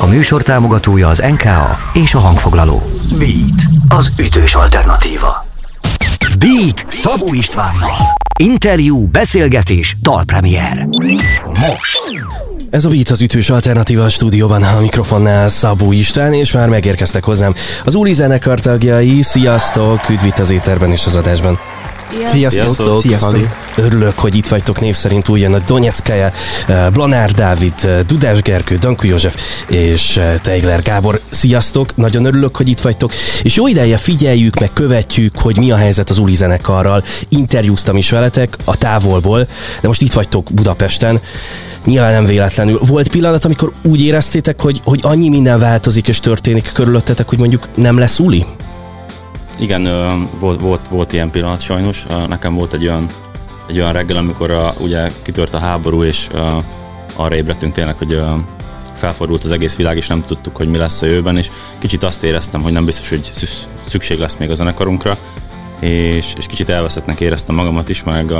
műsor támogatója az NKA és a hangfoglaló. Beat, az ütős alternatíva. Beat Szabó Istvánnal. Interjú, beszélgetés, dalpremier. Most! Ez a Beat az ütős alternatíva a stúdióban, a mikrofonnál Szabó István, és már megérkeztek hozzám az Uli zenekar tagjai. Sziasztok! Üdv itt az éterben és az adásban. Sziasztok! Örülök, hogy itt vagytok. Név szerint újjön Donyeckaya, Blanár Dávid, Dudás Gergő, Dankú József és Teigler Gábor. Sziasztok! Nagyon örülök, hogy itt vagytok. És jó ideje figyeljük, meg követjük, hogy mi a helyzet az Uli zenekarral. Interjúztam is veletek a távolból, de most itt vagytok Budapesten. Nyilván nem véletlenül. Volt pillanat, amikor úgy éreztétek, hogy annyi minden változik és történik körülöttetek, hogy mondjuk nem lesz Uli? Igen, volt ilyen pillanat sajnos. Nekem volt egy olyan reggel, amikor ugye kitört a háború, és arra ébredtünk tényleg, hogy felfordult az egész világ, és nem tudtuk, hogy mi lesz a jövőben, és kicsit azt éreztem, hogy nem biztos, hogy szükség lesz még a zenekarunkra, és kicsit elveszettnek éreztem magamat is, meg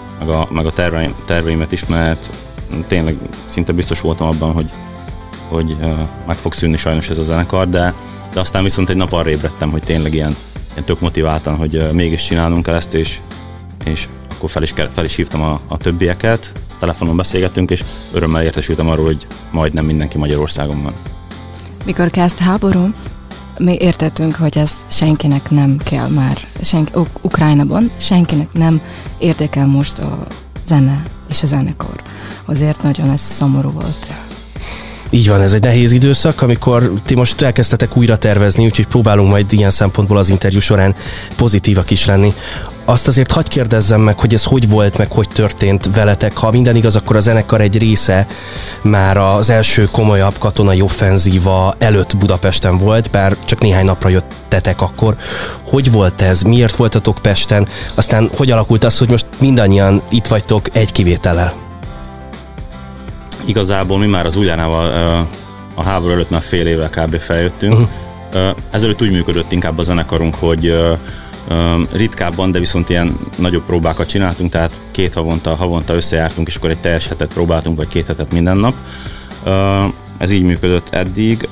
a terveimet is, mert tényleg szinte biztos voltam abban, hogy meg fog szűnni sajnos ez a zenekar, de aztán viszont egy nap arra ébredtem, hogy tényleg ilyen tök motiváltan, hogy mégis csinálnunk kell ezt, és akkor fel is hívtam a többieket, telefonon beszélgettünk, és örömmel értesültem arról, hogy majdnem mindenki Magyarországon van. Mikor kezd háború, mi értettünk, hogy ez senkinek nem kell már, Ukrajnában senkinek nem érdekel most a zene és a zenekar. Azért nagyon ez szomorú volt. Így van, ez egy nehéz időszak, amikor ti most elkezdtetek újra tervezni, úgyhogy próbálunk majd ilyen szempontból az interjú során pozitívak is lenni. Azt azért hadd kérdezzem meg, hogy ez hogy volt, meg hogy történt veletek. Ha minden igaz, akkor a zenekar egy része már az első komolyabb katonai offenzíva előtt Budapesten volt, bár csak néhány napra jöttetek akkor. Hogy volt ez? Miért voltatok Pesten? Aztán hogy alakult az, hogy most mindannyian itt vagytok egy kivétellel? Igazából mi már az Uljánával a háború előtt már fél évvel kb. Feljöttünk. Ezelőtt úgy működött inkább a zenekarunk, hogy ritkábban, de viszont ilyen nagyobb próbákat csináltunk, tehát 2 havonta összejártunk, és akkor egy teljes hetet próbáltunk, vagy 2 hetet minden nap. Ez így működött eddig.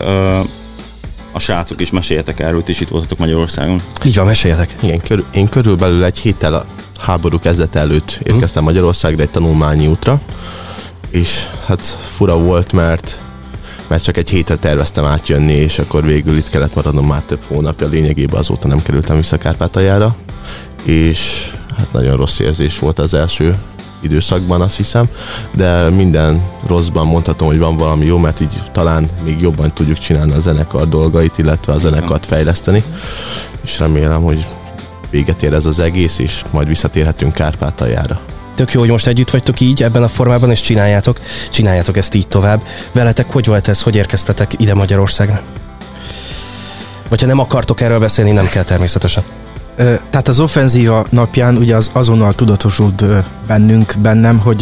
A srácok is, meséljetek erről, is itt voltatok Magyarországon. Így van, meséljetek. Igen, én körülbelül egy héttel a háború kezdete előtt érkeztem Magyarországra egy tanulmányi útra, és hát fura volt, mert csak egy hétre terveztem átjönni, és akkor végül itt kellett maradnom már több hónapja, lényegében azóta nem kerültem vissza Kárpátaljára, és hát nagyon rossz érzés volt az első időszakban, azt hiszem, de minden rosszban mondhatom, hogy van valami jó, mert így talán még jobban tudjuk csinálni a zenekar dolgait, illetve a zenekart fejleszteni, és remélem, hogy véget ér ez az egész, és majd visszatérhetünk Kárpátaljára. Tök jó, hogy most együtt vagytok így, ebben a formában, és csináljátok ezt így tovább. Veletek hogy volt ez, hogy érkeztetek ide Magyarországra? Vagy ha nem akartok erről beszélni, nem kell természetesen. Tehát az offenzíva napján ugye azonnal tudatosult bennem, hogy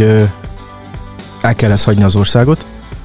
el kell ezt hagyni az országot.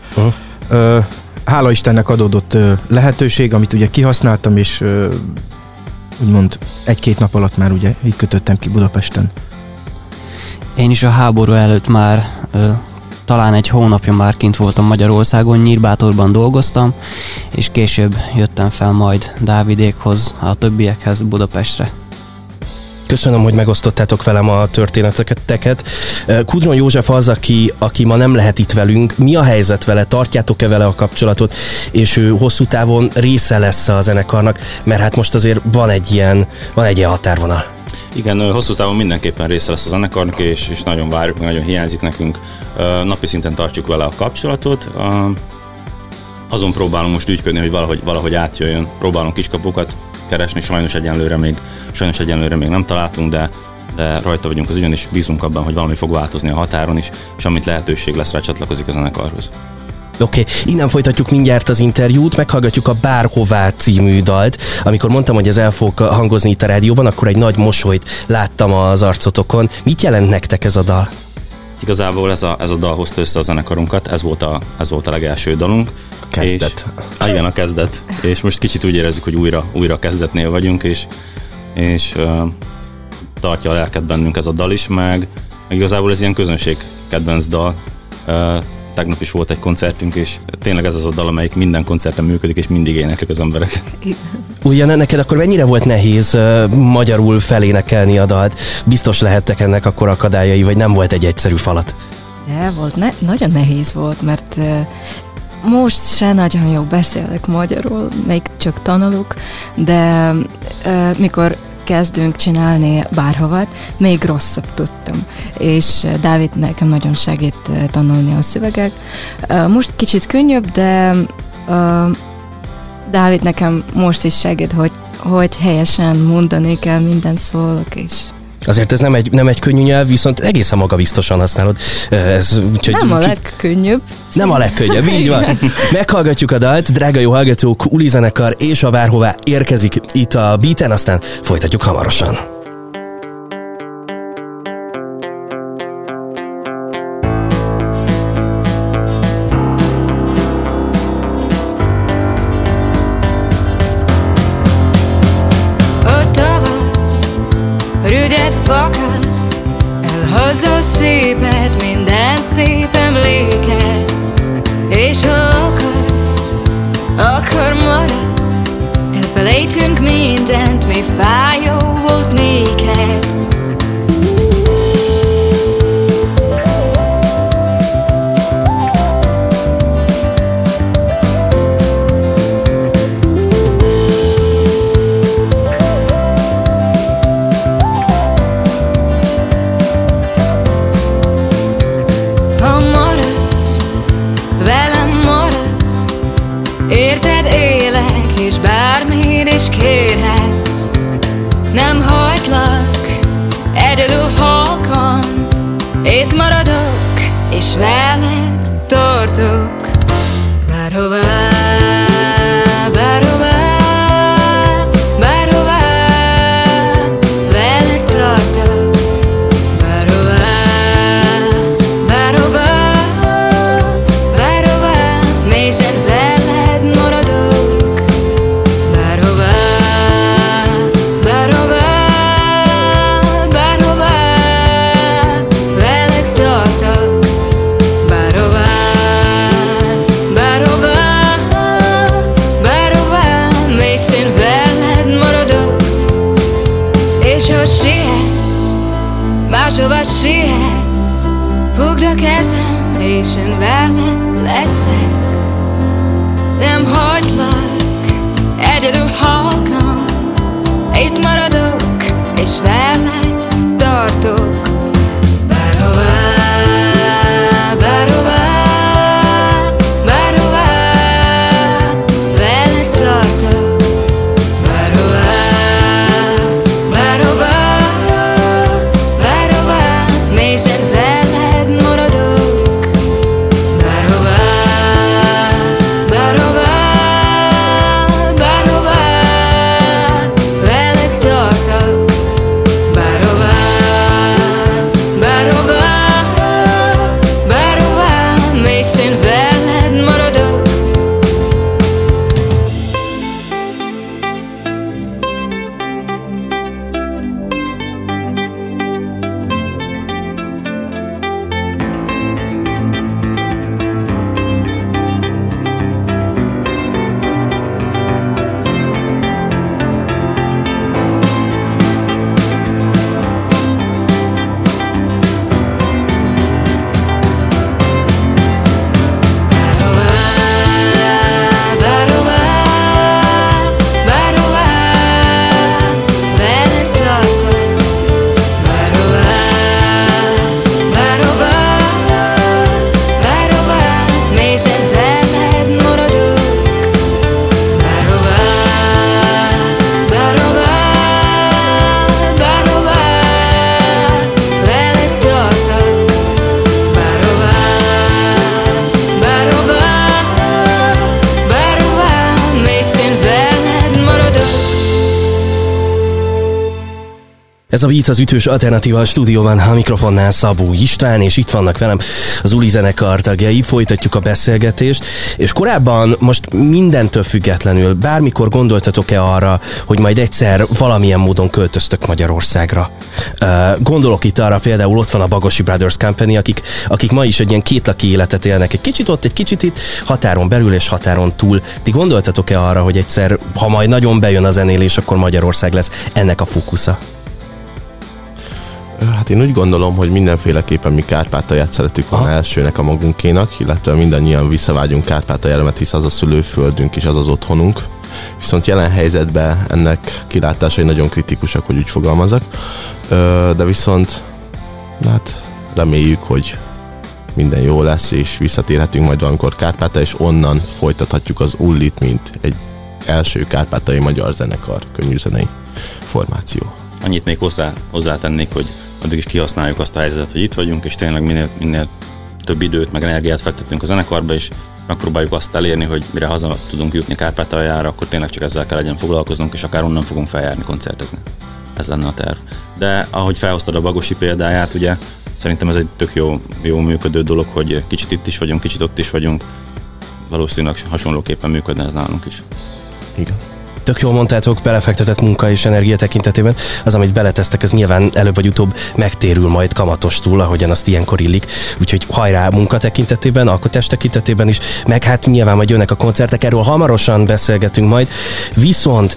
Hála Istennek adódott lehetőség, amit ugye kihasználtam, és úgymond 1-2 nap alatt már ugye így kötöttem ki Budapesten. Én is a háború előtt már talán egy hónapja már kint voltam Magyarországon, Nyírbátorban dolgoztam, és később jöttem fel majd Dávidékhoz, a többiekhez Budapestre. Köszönöm, hogy megosztottátok velem a történeteket. Kudron József az, aki ma nem lehet itt velünk. Mi a helyzet vele? Tartjátok-e vele a kapcsolatot? És ő hosszú távon része lesz a zenekarnak, mert hát most azért van egy ilyen határvonal. Igen, hosszú távon mindenképpen része lesz a zenekarnak, és nagyon várjuk, nagyon hiányzik nekünk. Napi szinten tartjuk vele a kapcsolatot. Azon próbálunk most ügyködni, hogy valahogy átjöjjön. Próbálunk kiskapukat keresni, sajnos egyenlőre még nem találtunk, de rajta vagyunk az ügyen, és bízunk abban, hogy valami fog változni a határon is, és amit lehetőség lesz rá, csatlakozik a zenekarhoz. Oké, innen folytatjuk mindjárt az interjút, meghallgatjuk a Bárhová című dalt. Amikor mondtam, hogy ez el fog hangozni itt a rádióban, akkor egy nagy mosolyt láttam az arcotokon. Mit jelent nektek ez a dal? Igazából ez a dal hozta össze a zenekarunkat, ez volt a legelső dalunk. Kezdet. Igen, a kezdet. És most kicsit úgy érezzük, hogy újra kezdetnél vagyunk, és tartja a lelket bennünk ez a dal is, meg igazából ez ilyen közönség kedvenc dal. tegnap is volt egy koncertünk, és tényleg ez az a dal, amelyik minden koncerten működik, és mindig éneklik az emberek. Ugyan neked akkor mennyire volt nehéz magyarul felénekelni a dalt? Biztos lehettek ennek akkor akadályai, vagy nem volt egy egyszerű falat? De volt, nagyon nehéz volt, mert most se nagyon jó beszélek magyarul, még csak tanulok, de mikor kezdünk csinálni bárhovat, még rosszabb tudtam. És Dávid nekem nagyon segít tanulni a szövegek. Most kicsit könnyebb, de Dávid nekem most is segít, hogy helyesen mondani kell minden szólok, és Azért ez nem egy könnyű nyelv, viszont egészen magabiztosan használod. Nem a legkönnyebb. Nem a legkönnyebb, így van. Meghallgatjuk a dalt, drága jó hallgatók, Uli zenekar és a Bárhová érkezik itt a Beaten, aztán folytatjuk hamarosan. Rügyet fakaszt, elhozol szépet, minden szép emléket. És ha akarsz, akkor maradsz, elfelejtünk mindent, mi fájó volt néked. Érted élek, és bármit is kérhetsz. Nem hagylak egyedül halkan, itt maradok, és veled tartok. Bárhová, bárhová, bárhová, veled tartok. Bárhová, bárhová, bárhová, mélyen veled maradok. Bárhová, bárhová, bárhová, veled tartok. Bárhová, bárhová, bárhová, mélyen veled maradok. És ha sietsz, máshova sietsz, fogd a kezem, és én veled leszek. Nem hagylak egyedül halkan, itt maradok, és veled tartok. Bárhová, bárhová, bárhová, veled tartok. Bárhová, bárhová, bárhová, mélyen veled maradok. Bárhová, bárhová, bárhová, veled tartok. Bárhová, Ez a Beat az ütős alternatíva a stúdióban, a mikrofonnál Szabó István, és itt vannak velem az Uli zenekar tagjai, folytatjuk a beszélgetést, és korábban most mindentől függetlenül bármikor gondoltatok-e arra, hogy majd egyszer valamilyen módon költöztök Magyarországra? Gondolok itt arra, például ott van a Bagosi Brothers Company, akik ma is egy ilyen kétlaki életet élnek, egy kicsit ott, egy kicsit itt, határon belül és határon túl. Ti gondoltatok-e arra, hogy egyszer, ha majd nagyon bejön a zenélés, akkor Magyarország lesz ennek a fókusza? Hát én úgy gondolom, hogy mindenféleképpen mi Kárpátalját szeretük volna elsőnek a magunkénak, illetve mindannyian visszavágyunk Kárpátaljára, mert hisz az a szülőföldünk és az az otthonunk. Viszont jelen helyzetben ennek kilátásai nagyon kritikusak, hogy úgy fogalmazok. De viszont hát reméljük, hogy minden jó lesz, és visszatérhetünk majd valamikor Kárpátalja, és onnan folytathatjuk az Ullit, mint egy első kárpátaljai magyar zenekar, könnyűzenei formáció. Annyit még hozzátennék, hogy addig is kihasználjuk azt a helyzetet, hogy itt vagyunk, és tényleg minél több időt, meg energiát fektetünk a zenekarba, és megpróbáljuk azt elérni, hogy mire haza tudunk jutni Kárpátaljára, akkor tényleg csak ezzel kell legyen foglalkoznunk, és akár onnan fogunk feljárni, koncertezni. Ez lenne a terv. De ahogy felhoztad a Bagosi példáját, ugye szerintem ez egy tök jó működő dolog, hogy kicsit itt is vagyunk, kicsit ott is vagyunk. Valószínűleg hasonlóképpen működne ez nálunk is. Igen. Tök jól mondtátok, belefektetett munka és energia tekintetében. Az, amit beletesztek, ez nyilván előbb vagy utóbb megtérül majd kamatostul, ahogyan azt ilyenkor illik. Úgyhogy hajrá munka tekintetében, alkotás tekintetében is, meg hát nyilván majd jönnek a koncertek, erről hamarosan beszélgetünk majd. Viszont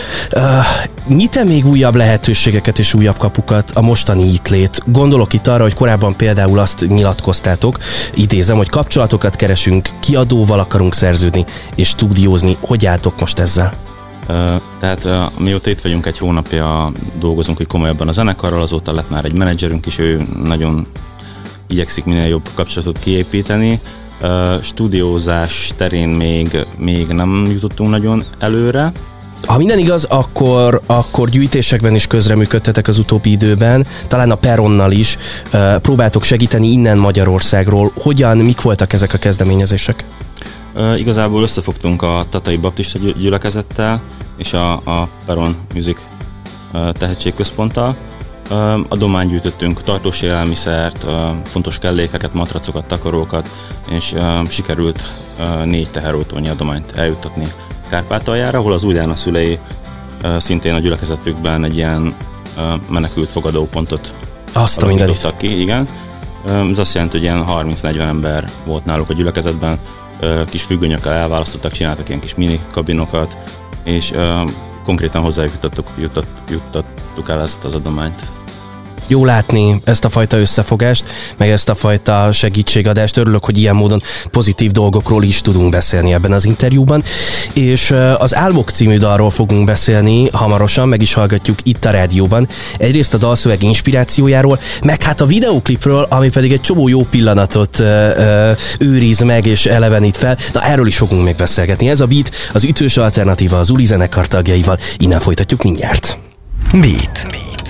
nyit-e még újabb lehetőségeket és újabb kapukat a mostani itt-lét? Gondolok itt arra, hogy korábban például azt nyilatkoztátok, idézem, hogy kapcsolatokat keresünk, kiadóval akarunk szerződni és stúdiózni. Hogy álltok most ezzel? Tehát mióta itt vagyunk egy hónapja, dolgozunk hogy komolyabban a zenekarral, azóta lett már egy menedzserünk is, ő nagyon igyekszik minél jobb kapcsolatot kiépíteni. Stúdiózás terén még nem jutottunk nagyon előre. Ha minden igaz, akkor gyűjtésekben is közreműködtetek az utóbbi időben, talán a Peronnal is próbáltok segíteni innen Magyarországról. Mik voltak ezek a kezdeményezések? Igazából összefogtunk a Tatai Baptista gyülekezettel és a Peron Music tehetségközponttal. Adományt gyűjtöttünk, tartós élelmiszert, fontos kellékeket, matracokat, takarókat, és sikerült 4 teherautónyi adományt eljuttatni Kárpátaljára, ahol az Ulyána szülei szintén a gyülekezetükben egy ilyen menekült fogadópontot alakítottak ki. Igen. Ez azt jelenti, hogy ilyen 30-40 ember volt náluk a gyülekezetben, kis függönyökkel elválasztottak, csináltak ilyen kis mini kabinokat, és konkrétan hozzájuk juttattuk el ezt az adományt. Jó látni ezt a fajta összefogást, meg ezt a fajta segítségadást. Örülök, hogy ilyen módon pozitív dolgokról is tudunk beszélni ebben az interjúban. És az Álmok című dalról fogunk beszélni hamarosan, meg is hallgatjuk itt a rádióban. Egyrészt a dalszöveg inspirációjáról, meg hát a videóklipről, ami pedig egy csomó jó pillanatot őriz meg és elevenít fel. Na, erről is fogunk még beszélgetni. Ez a Beat, az ütős alternatíva az Uli zenekar tagjaival. Innen folytatjuk mindjárt. Beat.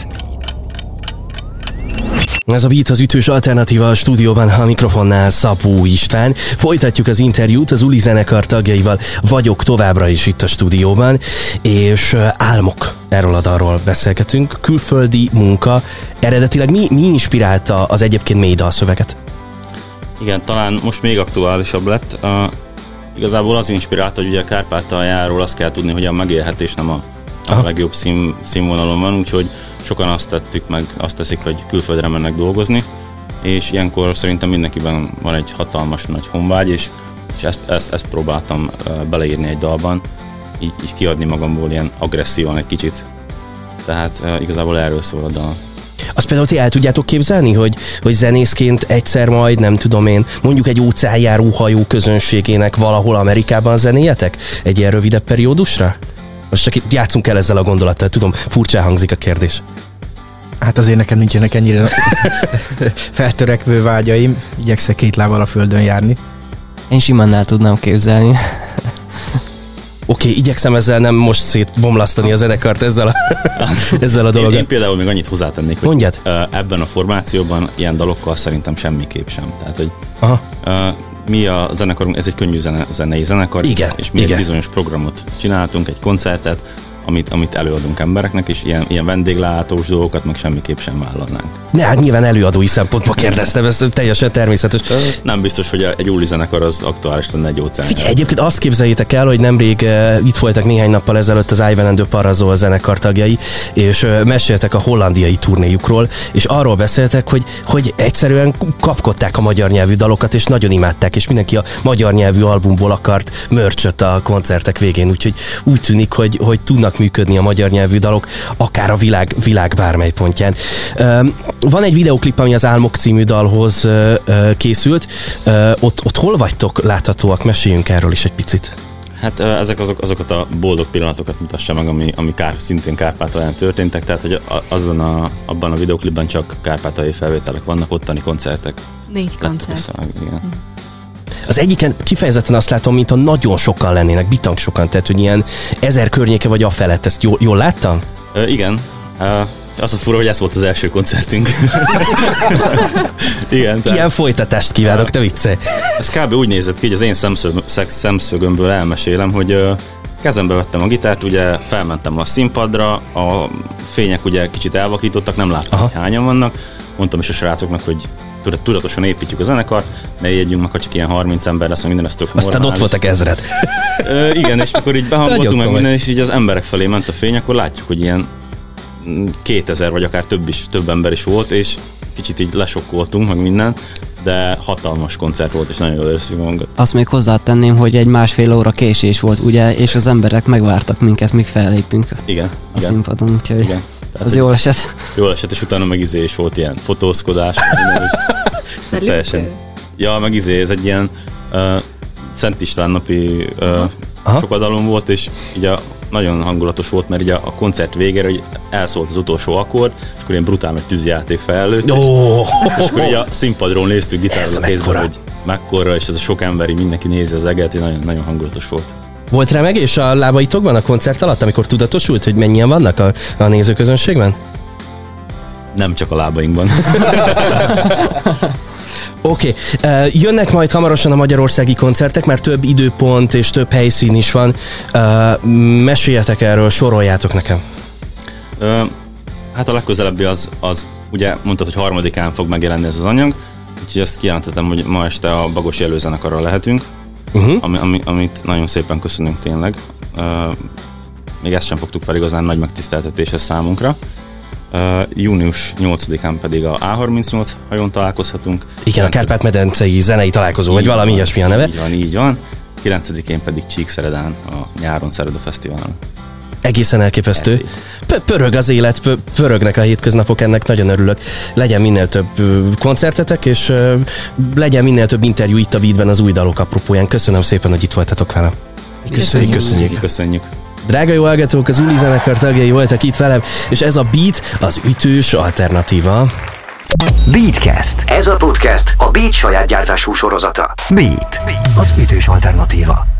Ez a Beat, az ütős alternatíva a stúdióban, a mikrofonnál Szabó István. Folytatjuk az interjút az Uli zenekar tagjaival, vagyok továbbra is itt a stúdióban, és Álmok, erről a dalról beszélgetünk. Külföldi munka, eredetileg mi inspirálta az egyébként mély dalszöveget? Igen, talán most még aktuálisabb lett. Igazából az inspirálta, hogy ugye Kárpátaljáról azt kell tudni, hogy a megélhetés nem a legjobb színvonalon van, úgyhogy sokan azt teszik, hogy külföldre mennek dolgozni, és ilyenkor szerintem mindenkiben van egy hatalmas nagy honvágy, és ezt próbáltam beleírni egy dalban, így kiadni magamból ilyen agresszívan egy kicsit. Tehát igazából erről szól a dal. Azt például ti el tudjátok képzelni, hogy zenészként egyszer majd, nem tudom én, mondjuk egy óceánjáró hajó közönségének valahol Amerikában zenéjetek? Egy ilyen rövidebb periódusra? Most csak itt játszunk el ezzel a gondolattal, tudom, furcsán hangzik a kérdés. Hát azért nekem nincsenek ennyire feltörekvő vágyaim, igyekszek 2 lábbal a földön járni. Én simán el tudnám képzelni. Oké, igyekszem ezzel nem most szétbomlasztani a zenekart ezzel a dologgal. Én például még annyit hozzátennék, hogy mondjad? Ebben a formációban ilyen dalokkal szerintem semmiképp sem. Tehát, hogy mi a zenekarunk, ez egy könnyű zenei zenekar, igen, és mi egy bizonyos programot csináltunk, egy koncertet, amit előadunk embereknek, és ilyen vendéglátós dolgokat meg semmiképp sem vállalnánk. Ne, hát nyilván előadói szempontból kérdeztem, ez teljesen természetes. Nem biztos, hogy egy úli zenekar az aktuális lenne egy óceán. Figyelj, egyébként azt képzeljétek el, hogy nemrég itt voltak néhány nappal ezelőtt az Ivan and the Parasol zenekar tagjai, és meséltek a hollandiai turnéjukról, és arról beszéltek, hogy egyszerűen kapkodták a magyar nyelvű dalokat, és nagyon imádták, és mindenki a magyar nyelvű albumból akart merch-öt a koncertek végén, úgyhogy úgy tűnik, hogy tudnak működni a magyar nyelvű dalok, akár a világ bármely pontján. Van egy videoklip, ami az Álmok című dalhoz készült. Ott hol vagytok láthatóak? Meséljünk erről is egy picit. Hát ezek azokat a boldog pillanatokat mutassa meg, ami szintén Kárpátalján történtek, tehát hogy abban a videoklipben csak kárpátaljai felvételek vannak, ottani koncertek. 4 koncert. Igen. Az egyiken kifejezetten azt látom, mintha nagyon sokan lennének, bitang sokan, tehát hogy ilyen 1000 környéke vagy afelett, ezt jól láttam? Igen. Azt a fura, hogy ez volt az első koncertünk. Igen, ilyen folytatást kívánok, te viccelj. Ez kb. Úgy nézett ki, hogy az én szemszögömből elmesélem, hogy kezembe vettem a gitárt, ugye felmentem a színpadra, a fények ugye kicsit elvakítottak, nem láttam, hogy hányan vannak. Mondtam is a srácoknak, hogy tudatosan építjük a zenekart, ne jegyünk meg, ha csak ilyen 30 ember lesz, meg minden, ez tök normális. Aztán ott voltak 1000. Igen, és akkor így behangoltunk meg minden, és így az emberek felé ment a fény, akkor látjuk, hogy ilyen 2000 vagy akár több ember is volt, és kicsit így lesokkoltunk, meg minden, de hatalmas koncert volt, és nagyon jól éreztük magunkat. Azt még hozzátenném, hogy egy 1,5 óra késés volt, ugye, és az emberek megvártak minket, míg fellépünk a színpadon, úgyhogy igen. Tehát, az jól esett. Jól esett, és utána meg is volt ilyen fotózkodás. Teljesen. Ja, meg ez egy ilyen Szent István napi sokadalom volt, és így nagyon hangulatos volt, mert így a koncert végére hogy elszólt az utolsó akkord, és akkor ilyen brutál nagy tűzjáték felelőtt, és akkor így a színpadról néztük gitárral a kézben, hogy mekkora, és ez a sok emberi, mindenki nézi az eget, nagyon, nagyon hangulatos volt. Volt remegés a lábaitokban a koncert alatt, amikor tudatosult, hogy mennyien vannak a nézőközönségben? Nem csak a lábainkban. Oké. Jönnek majd hamarosan a magyarországi koncertek, mert több időpont és több helyszín is van. Meséljetek erről, soroljátok nekem. Hát a legközelebbi az ugye mondtad, hogy 3-án fog megjelenni ez az anyag, úgyhogy azt kijelentettem, hogy ma este a Bagosi Előzenekarral lehetünk, amit nagyon szépen köszönünk tényleg. Még ezt sem fogtuk fel igazán, nagy megtiszteltetés ez számunkra. Június 8-án pedig a A38 hajón találkozhatunk. Igen, a Kárpát-medencei zenei találkozó, vagy valami ilyesmi a neve. Így van. 9-én pedig Csíkszeredán a nyáron Szereda Fesztiválon. Egészen elképesztő. Pörög az élet, pörögnek a hétköznapok, ennek nagyon örülök. Legyen minél több koncertetek, és legyen minél több interjú itt a Beatben az új dalok apropóján. Köszönöm szépen, hogy itt voltatok velem. Köszönjük. Drága jó hallgatók, az Uli zenekar tagjai voltak itt velem, és ez a Beat az ütős alternatíva. Beatcast. Ez a podcast a Beat saját gyártású sorozata. Beat az ütős alternatíva.